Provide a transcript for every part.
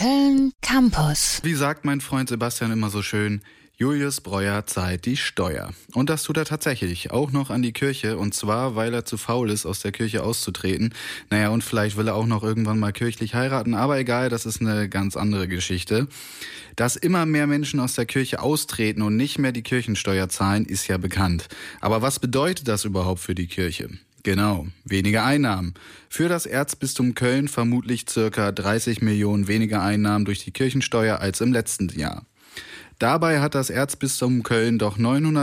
Köln Campus. Wie sagt mein Freund Sebastian immer so schön, Julius Breuer zahlt die Steuer. Und das tut er tatsächlich, auch noch an die Kirche, und zwar, weil er zu faul ist, aus der Kirche auszutreten. Naja, und vielleicht will er auch noch irgendwann mal kirchlich heiraten, aber egal, das ist eine ganz andere Geschichte. Dass immer mehr Menschen aus der Kirche austreten und nicht mehr die Kirchensteuer zahlen, ist ja bekannt. Aber was bedeutet das überhaupt für die Kirche? Genau, weniger Einnahmen. Für das Erzbistum Köln vermutlich circa 30 Millionen weniger Einnahmen durch die Kirchensteuer als im letzten Jahr. Dabei hat das Erzbistum Köln doch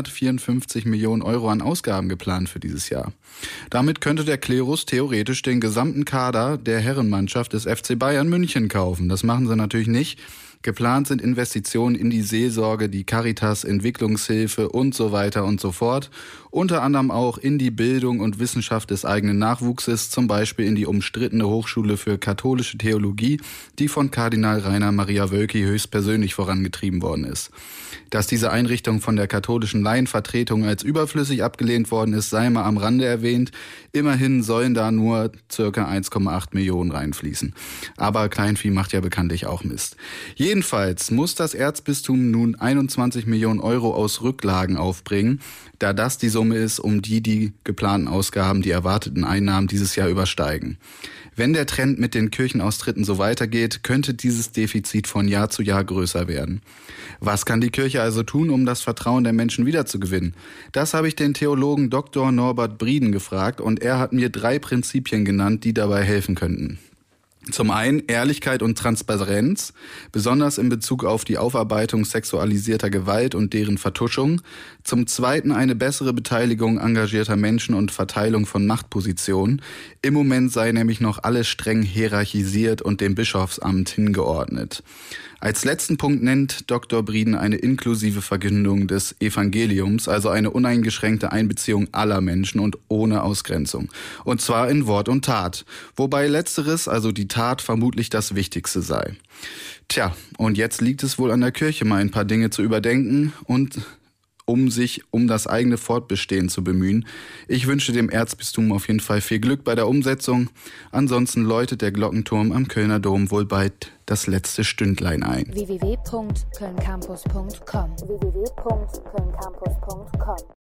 954 Millionen Euro an Ausgaben geplant für dieses Jahr. Damit könnte der Klerus theoretisch den gesamten Kader der Herrenmannschaft des FC Bayern München kaufen. Das machen sie natürlich nicht. Geplant sind Investitionen in die Seelsorge, die Caritas, Entwicklungshilfe und so weiter und so fort. Unter anderem auch in die Bildung und Wissenschaft des eigenen Nachwuchses, zum Beispiel in die umstrittene Hochschule für katholische Theologie, die von Kardinal Rainer Maria Wölki höchstpersönlich vorangetrieben worden ist. Dass diese Einrichtung von der katholischen Laienvertretung als überflüssig abgelehnt worden ist, sei mal am Rande erwähnt. Immerhin sollen da nur circa 1,8 Millionen reinfließen. Aber Kleinvieh macht ja bekanntlich auch Mist. Jedenfalls muss das Erzbistum nun 21 Millionen Euro aus Rücklagen aufbringen, da das die Summe ist, um die geplanten Ausgaben, die erwarteten Einnahmen dieses Jahr übersteigen. Wenn der Trend mit den Kirchenaustritten so weitergeht, könnte dieses Defizit von Jahr zu Jahr größer werden. Was kann die Kirche also tun, um das Vertrauen der Menschen wiederzugewinnen? Das habe ich den Theologen Dr. Norbert Brieden gefragt und er hat mir 3 Prinzipien genannt, die dabei helfen könnten. Zum einen Ehrlichkeit und Transparenz, besonders in Bezug auf die Aufarbeitung sexualisierter Gewalt und deren Vertuschung. Zum zweiten eine bessere Beteiligung engagierter Menschen und Verteilung von Machtpositionen. Im Moment sei nämlich noch alles streng hierarchisiert und dem Bischofsamt hingeordnet. Als letzten Punkt nennt Dr. Brieden eine inklusive Verkündung des Evangeliums, also eine uneingeschränkte Einbeziehung aller Menschen und ohne Ausgrenzung. Und zwar in Wort und Tat. Wobei letzteres, also die Tat, vermutlich das Wichtigste sei. Tja, und jetzt liegt es wohl an der Kirche, mal ein paar Dinge zu überdenken und um sich um das eigene Fortbestehen zu bemühen. Ich wünsche dem Erzbistum auf jeden Fall viel Glück bei der Umsetzung. Ansonsten läutet der Glockenturm am Kölner Dom wohl bald das letzte Stündlein ein. www.kölncampus.com